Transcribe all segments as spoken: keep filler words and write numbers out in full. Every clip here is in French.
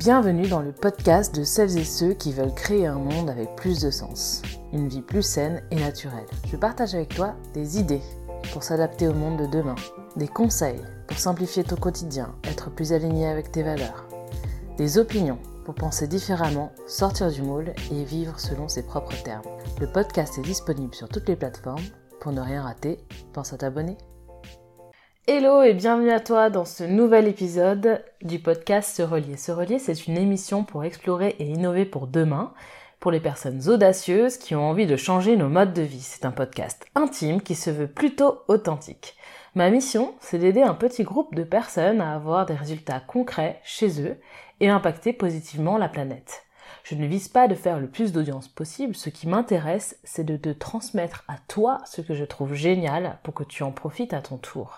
Bienvenue dans le podcast de celles et ceux qui veulent créer un monde avec plus de sens, une vie plus saine et naturelle. Je partage avec toi des idées pour s'adapter au monde de demain, des conseils pour simplifier ton quotidien, être plus aligné avec tes valeurs, des opinions pour penser différemment, sortir du moule et vivre selon ses propres termes. Le podcast est disponible sur toutes les plateformes. Pour ne rien rater, pense à t'abonner. Hello et bienvenue à toi dans ce nouvel épisode du podcast Se Relier. Se Relier, c'est une émission pour explorer et innover pour demain, pour les personnes audacieuses qui ont envie de changer nos modes de vie. C'est un podcast intime qui se veut plutôt authentique. Ma mission, c'est d'aider un petit groupe de personnes à avoir des résultats concrets chez eux et impacter positivement la planète. Je ne vise pas de faire le plus d'audience possible, ce qui m'intéresse, c'est de te transmettre à toi ce que je trouve génial pour que tu en profites à ton tour.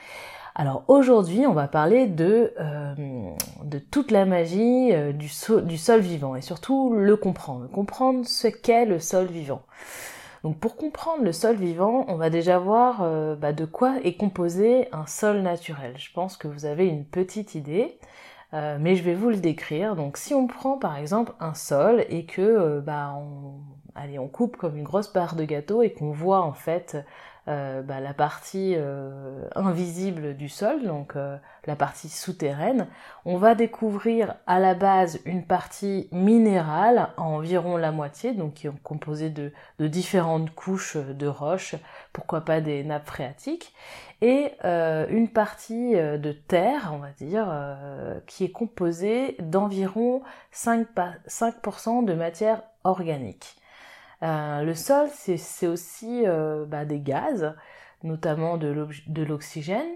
Alors aujourd'hui, on va parler de, euh, de toute la magie euh, du, so- du sol vivant et surtout le comprendre, comprendre ce qu'est le sol vivant. Donc pour comprendre le sol vivant, on va déjà voir euh, bah, de quoi est composé un sol naturel. Je pense que vous avez une petite idée, euh, mais je vais vous le décrire. Donc si on prend par exemple un sol et que euh, bah, on, allez, on coupe comme une grosse barre de gâteau et qu'on voit en fait Euh, bah, la partie euh, invisible du sol, donc euh, la partie souterraine, on va découvrir à la base une partie minérale à environ la moitié, donc qui est composée de, de différentes couches de roches, pourquoi pas des nappes phréatiques, et euh, une partie de terre, on va dire, euh, qui est composée d'environ cinq pour cent de matière organique. Euh, le sol, c'est, c'est aussi euh, bah, des gaz, notamment de, de l'oxygène,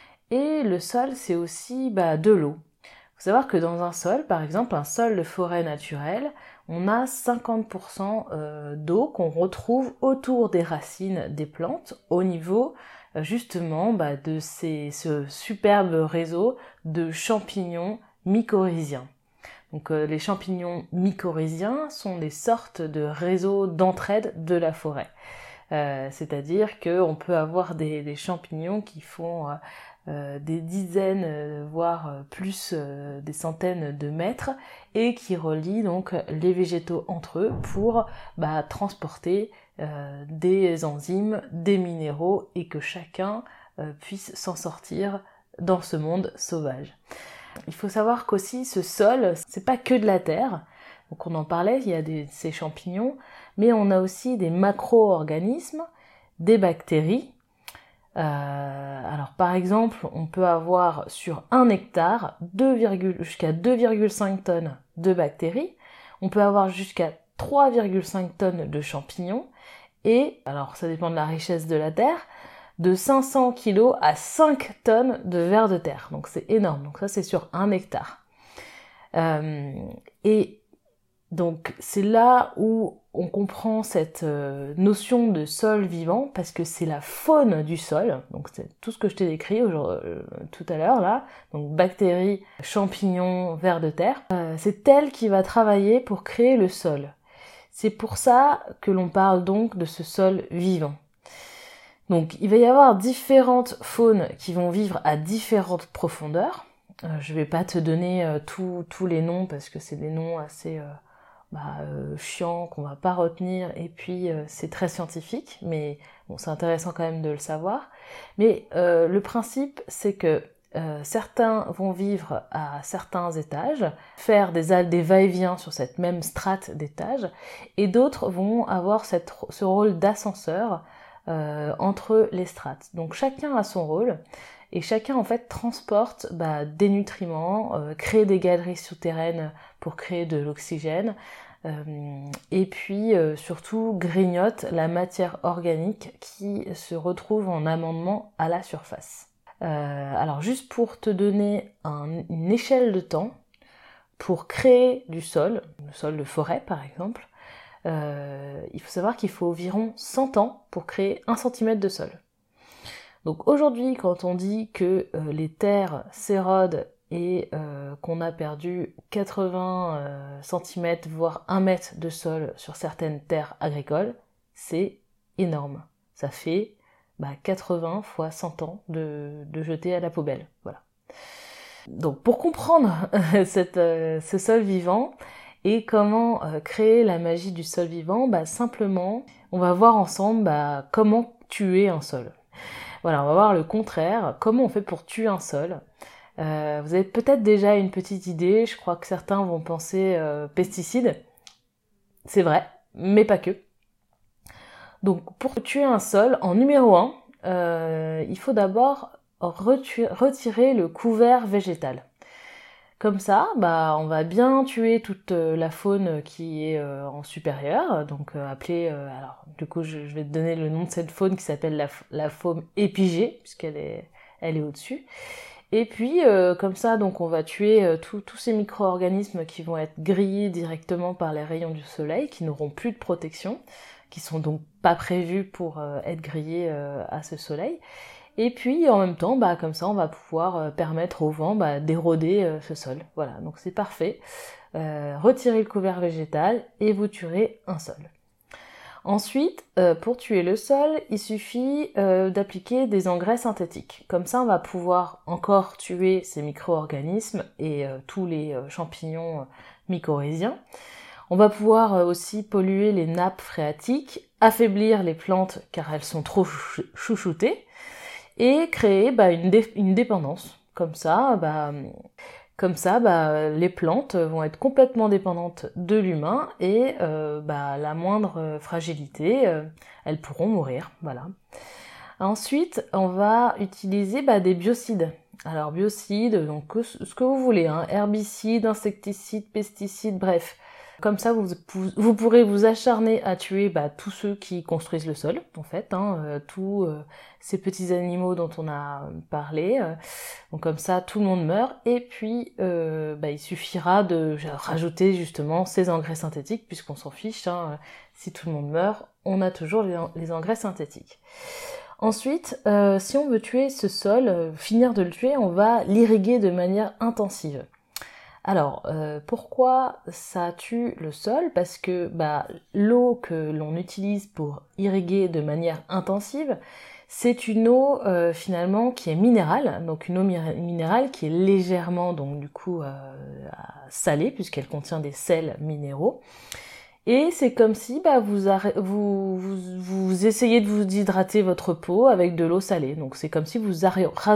et le sol, c'est aussi bah, de l'eau. Il faut savoir que dans un sol, par exemple, un sol de forêt naturelle, on a cinquante pour cent euh, d'eau qu'on retrouve autour des racines des plantes, au niveau euh, justement bah, de ces, ce superbe réseau de champignons mycorhiziens. Donc euh, les champignons mycorhiziens sont des sortes de réseaux d'entraide de la forêt. Euh, c'est-à-dire qu'on peut avoir des, des champignons qui font euh, euh, des dizaines, euh, voire euh, plus euh, des centaines de mètres et qui relient donc les végétaux entre eux pour bah, transporter euh, des enzymes, des minéraux et que chacun euh, puisse s'en sortir dans ce monde sauvage. Il faut savoir qu'aussi ce sol, c'est pas que de la terre. Donc on en parlait, il y a des, ces champignons, mais on a aussi des macro-organismes, des bactéries. Euh, alors par exemple, on peut avoir sur un hectare deux, jusqu'à deux virgule cinq tonnes de bactéries. On peut avoir jusqu'à trois virgule cinq tonnes de champignons. Et, alors ça dépend de la richesse de la terre, de cinq cents kilos à cinq tonnes de vers de terre. Donc c'est énorme. Donc ça c'est sur un hectare. Euh, et donc c'est là où on comprend cette euh, notion de sol vivant parce que c'est la faune du sol. Donc c'est tout ce que je t'ai décrit euh, tout à l'heure là. Donc bactéries, champignons, vers de terre. Euh, c'est elle qui va travailler pour créer le sol. C'est pour ça que l'on parle donc de ce sol vivant. Donc il va y avoir différentes faunes qui vont vivre à différentes profondeurs. Euh, je vais pas te donner euh, tous les noms parce que c'est des noms assez euh, bah, euh, chiants qu'on va pas retenir et puis euh, c'est très scientifique, mais bon c'est intéressant quand même de le savoir. Mais euh, le principe c'est que euh, certains vont vivre à certains étages, faire des, des va-et-vient sur cette même strate d'étages, et d'autres vont avoir cette, ce rôle d'ascenseur Euh, entre les strates. Donc chacun a son rôle et chacun en fait transporte bah, des nutriments, euh, crée des galeries souterraines pour créer de l'oxygène euh, et puis euh, surtout grignote la matière organique qui se retrouve en amendement à la surface. Euh, alors juste pour te donner un, une échelle de temps, pour créer du sol, le sol de forêt par exemple, Euh, il faut savoir qu'il faut environ cent ans pour créer un centimètre de sol. Donc aujourd'hui, quand on dit que euh, les terres s'érodent et euh, qu'on a perdu quatre-vingts euh, centimètres, voire un mètre de sol sur certaines terres agricoles, c'est énorme. Ça fait bah, quatre-vingts fois cent ans de, de jeter à la poubelle. Voilà. Donc pour comprendre cette, euh, ce sol vivant et comment euh, créer la magie du sol vivant, bah, simplement on va voir ensemble bah, comment tuer un sol. Voilà, on va voir le contraire, comment on fait pour tuer un sol. Euh, vous avez peut-être déjà une petite idée, je crois que certains vont penser euh, pesticides. C'est vrai, mais pas que. Donc pour tuer un sol, en numéro un, euh, il faut d'abord retirer le couvert végétal. Comme ça, bah, on va bien tuer toute la faune qui est euh, en supérieur, donc euh, appelée, euh, alors du coup je, je vais te donner le nom de cette faune qui s'appelle la, la faune épigée, puisqu'elle est, elle est au-dessus. Et puis euh, comme ça, donc on va tuer euh, tous ces micro-organismes qui vont être grillés directement par les rayons du soleil, qui n'auront plus de protection, qui sont donc pas prévus pour euh, être grillés euh, à ce soleil. Et puis en même temps, bah, comme ça, on va pouvoir euh, permettre au vent bah, d'éroder euh, ce sol. Voilà, donc c'est parfait. Euh, retirez le couvert végétal et vous tuerez un sol. Ensuite, euh, pour tuer le sol, il suffit euh, d'appliquer des engrais synthétiques. Comme ça, on va pouvoir encore tuer ces micro-organismes et euh, tous les euh, champignons euh, mycorhiziens. On va pouvoir euh, aussi polluer les nappes phréatiques, affaiblir les plantes car elles sont trop chouchoutées, et créer bah, une, dé une dépendance. Comme ça, bah, comme ça bah, les plantes vont être complètement dépendantes de l'humain et euh, bah, la moindre fragilité, euh, elles pourront mourir. Voilà. Ensuite, on va utiliser bah, des biocides. Alors biocides, donc ce que vous voulez, hein, herbicides, insecticides, pesticides, bref. Comme ça, vous, vous pourrez vous acharner à tuer bah, tous ceux qui construisent le sol, en fait, hein, euh, tous euh, ces petits animaux dont on a parlé. Euh, donc comme ça, tout le monde meurt. Et puis, euh, bah, il suffira de rajouter justement ces engrais synthétiques, puisqu'on s'en fiche. Hein, si tout le monde meurt, on a toujours les, les engrais synthétiques. Ensuite, euh, si on veut tuer ce sol, euh, finir de le tuer, on va l'irriguer de manière intensive. Alors, euh, pourquoi ça tue le sol? Parce que bah, l'eau que l'on utilise pour irriguer de manière intensive, c'est une eau euh, finalement qui est minérale, donc une eau minérale qui est légèrement donc du coup euh, salée puisqu'elle contient des sels minéraux. Et c'est comme si bah, vous, vous, vous, vous essayez de vous hydrater votre peau avec de l'eau salée. Donc c'est comme si vous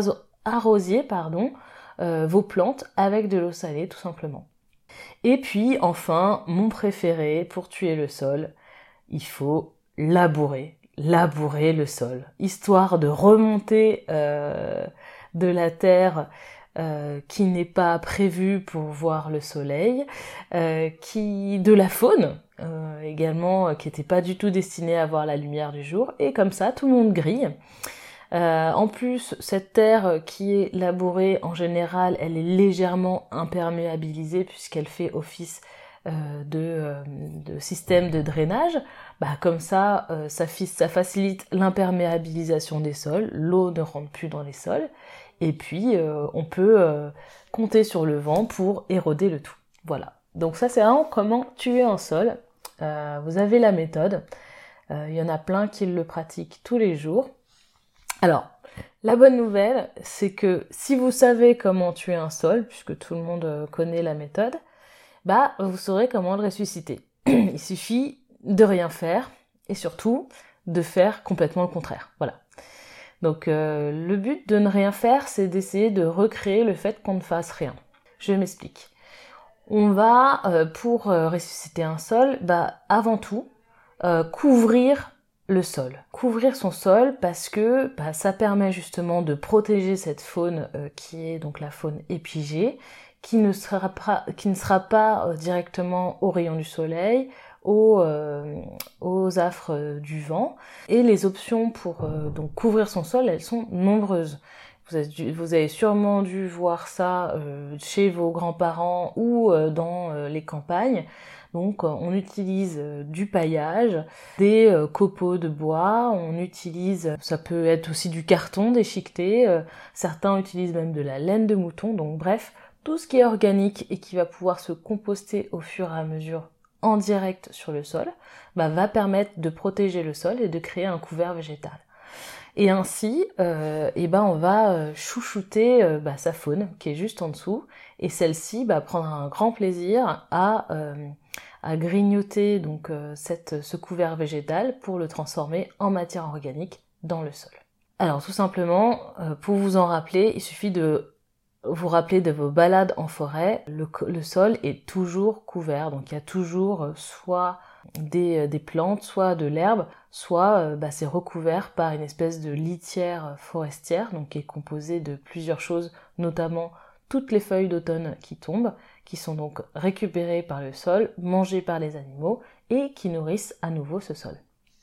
arrosiez pardon, Euh, vos plantes avec de l'eau salée tout simplement. Et puis enfin, mon préféré pour tuer le sol, il faut labourer, labourer le sol, histoire de remonter euh, de la terre euh, qui n'est pas prévue pour voir le soleil, euh, qui de la faune euh, également qui n'était pas du tout destinée à voir la lumière du jour, et comme ça tout le monde grille. Euh, en plus, cette terre qui est labourée, en général, elle est légèrement imperméabilisée puisqu'elle fait office euh, de, euh, de système de drainage. Bah, comme ça, euh, ça, ça facilite l'imperméabilisation des sols, l'eau ne rentre plus dans les sols, et puis euh, on peut euh, compter sur le vent pour éroder le tout. Voilà. Donc ça, c'est vraiment comment tuer un sol. Euh, vous avez la méthode. Euh, il y en a plein qui le pratiquent tous les jours. Alors, la bonne nouvelle, c'est que si vous savez comment tuer un sol, puisque tout le monde connaît la méthode, bah vous saurez comment le ressusciter. Il suffit de rien faire et surtout de faire complètement le contraire. Voilà. Donc euh, le but de ne rien faire, c'est d'essayer de recréer le fait qu'on ne fasse rien. Je m'explique. On va, euh, pour euh, ressusciter un sol, bah avant tout, euh, couvrir le sol. Couvrir son sol parce que bah, ça permet justement de protéger cette faune euh, qui est donc la faune épigée, qui ne sera pas, qui ne sera pas euh, directement aux rayons du soleil, aux, euh, aux affres euh, du vent. Et les options pour euh, donc couvrir son sol, elles sont nombreuses. Vous avez, dû, vous avez sûrement dû voir ça euh, chez vos grands-parents ou euh, dans euh, les campagnes. Donc on utilise du paillage, des copeaux de bois, on utilise, ça peut être aussi du carton déchiqueté, certains utilisent même de la laine de mouton, donc bref, tout ce qui est organique et qui va pouvoir se composter au fur et à mesure en direct sur le sol, bah, va permettre de protéger le sol et de créer un couvert végétal. Et ainsi, euh, eh ben, on va euh, chouchouter euh, bah, sa faune qui est juste en dessous, et celle-ci bah, prendra un grand plaisir à, euh, à grignoter donc, euh, cette, ce couvert végétal pour le transformer en matière organique dans le sol. Alors tout simplement, euh, pour vous en rappeler, il suffit de vous rappeler de vos balades en forêt. Le, le sol est toujours couvert, donc il y a toujours euh, soit des, des plantes, soit de l'herbe, soit euh, bah, c'est recouvert par une espèce de litière forestière, donc qui est composée de plusieurs choses, notamment toutes les feuilles d'automne qui tombent, qui sont donc récupérées par le sol, mangées par les animaux et qui nourrissent à nouveau ce sol.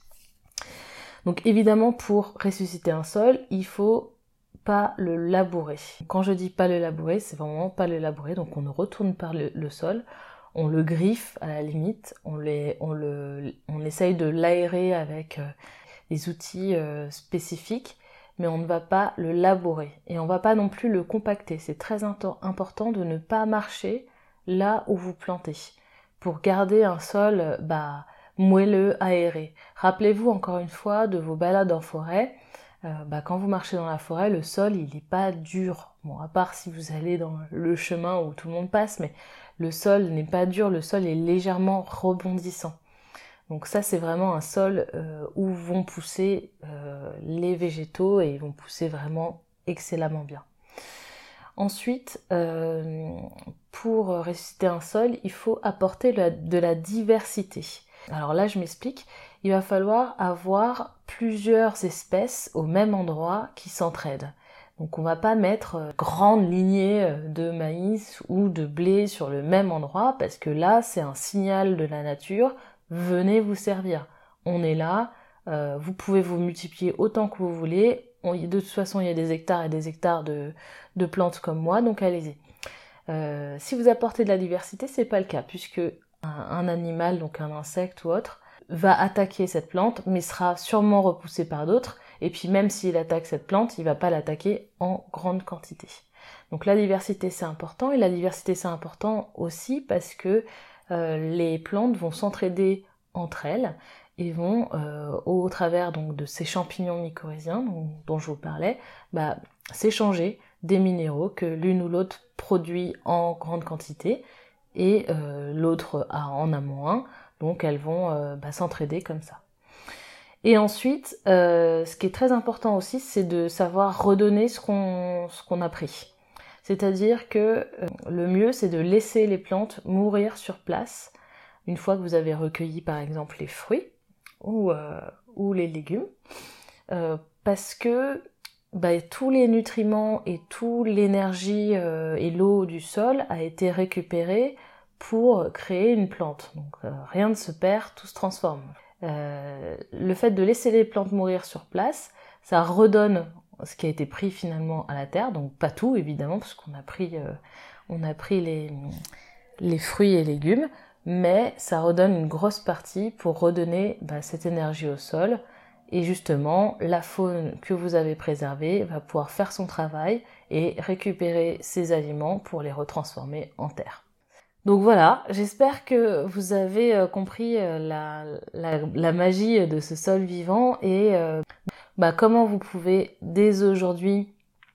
Donc évidemment, pour ressusciter un sol, il faut pas le labourer. Quand je dis pas le labourer, c'est vraiment pas le labourer, donc on ne retourne pas le, le sol, on le griffe à la limite, on, les, on, le, on essaye de l'aérer avec euh, des outils euh, spécifiques, mais on ne va pas le labourer. Et on va pas non plus le compacter. C'est très important de ne pas marcher là où vous plantez, pour garder un sol bah, moelleux, aéré. Rappelez-vous encore une fois de vos balades en forêt. Euh, bah, quand vous marchez dans la forêt, le sol il n'est pas dur. Bon, à part si vous allez dans le chemin où tout le monde passe, mais le sol n'est pas dur, le sol est légèrement rebondissant. Donc ça c'est vraiment un sol euh, où vont pousser euh, les végétaux et ils vont pousser vraiment excellemment bien. Ensuite, euh, pour ressusciter un sol, il faut apporter de la, de la diversité. Alors là, je m'explique. Il va falloir avoir plusieurs espèces au même endroit qui s'entraident. Donc on va pas mettre euh, grande lignée de maïs ou de blé sur le même endroit parce que là, c'est un signal de la nature. Venez vous servir. On est là. Euh, vous pouvez vous multiplier autant que vous voulez. On, de toute façon, il y a des hectares et des hectares de, de plantes comme moi, donc allez-y. Euh, si vous apportez de la diversité, c'est pas le cas, puisque un, un animal, donc un insecte ou autre, va attaquer cette plante, mais sera sûrement repoussé par d'autres, et puis même s'il attaque cette plante, il va pas l'attaquer en grande quantité. Donc la diversité, c'est important, et la diversité, c'est important aussi parce que euh, les plantes vont s'entraider entre elles, et vont, euh, au travers donc de ces champignons mycorhiziens dont, dont je vous parlais, bah, s'échanger des minéraux que l'une ou l'autre produit en grande quantité et euh, l'autre en a moins, donc elles vont euh, bah, s'entraider comme ça. Et ensuite, euh, ce qui est très important aussi, c'est de savoir redonner ce qu'on, ce qu'on a pris. C'est-à-dire que euh, le mieux, c'est de laisser les plantes mourir sur place, une fois que vous avez recueilli par exemple les fruits, Ou, euh, ou les légumes, euh, parce que bah, tous les nutriments et toute l'énergie euh, et l'eau du sol a été récupérée pour créer une plante. Donc euh, rien ne se perd, tout se transforme. Euh, le fait de laisser les plantes mourir sur place, ça redonne ce qui a été pris finalement à la terre, donc pas tout évidemment, parce qu'on a pris, euh, on a pris les, les fruits et légumes, mais ça redonne une grosse partie pour redonner bah, cette énergie au sol. Et justement, la faune que vous avez préservée va pouvoir faire son travail et récupérer ses aliments pour les retransformer en terre. Donc voilà, j'espère que vous avez compris la, la, la magie de ce sol vivant et euh, bah, comment vous pouvez dès aujourd'hui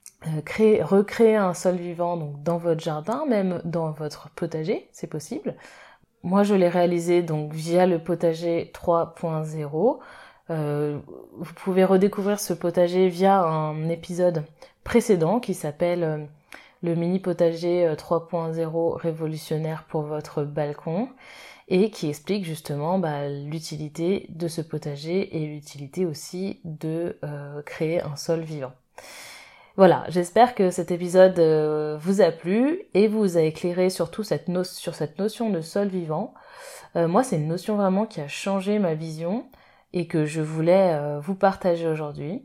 créer, recréer un sol vivant donc, dans votre jardin, même dans votre potager, c'est possible. Moi, je l'ai réalisé donc via le potager trois point zéro. Euh, vous pouvez redécouvrir ce potager via un épisode précédent qui s'appelle euh, le mini potager trois point zéro révolutionnaire pour votre balcon et qui explique justement bah, l'utilité de ce potager et l'utilité aussi de euh, créer un sol vivant. Voilà, j'espère que cet épisode euh, vous a plu et vous a éclairé surtout cette no- sur cette notion de sol vivant. Euh, moi, c'est une notion vraiment qui a changé ma vision et que je voulais euh, vous partager aujourd'hui.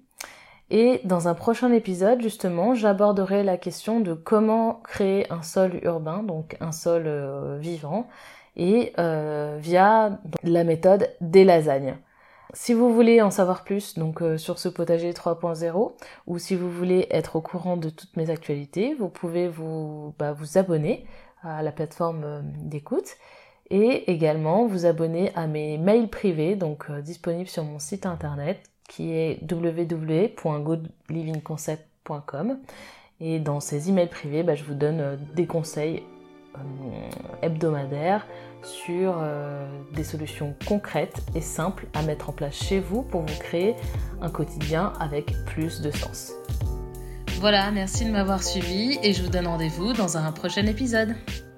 Et dans un prochain épisode, justement, j'aborderai la question de comment créer un sol urbain, donc un sol euh, vivant, et euh, via la méthode des lasagnes. Si vous voulez en savoir plus donc euh, sur ce potager trois point zéro ou si vous voulez être au courant de toutes mes actualités, vous pouvez vous, bah, vous abonner à la plateforme euh, d'écoute et également vous abonner à mes mails privés donc euh, disponibles sur mon site internet qui est w w w point good living concept point com. Et dans ces emails privés, bah, je vous donne des conseils euh, hebdomadaires sur euh, des solutions concrètes et simples à mettre en place chez vous pour vous créer un quotidien avec plus de sens. Voilà, merci de m'avoir suivi et je vous donne rendez-vous dans un prochain épisode.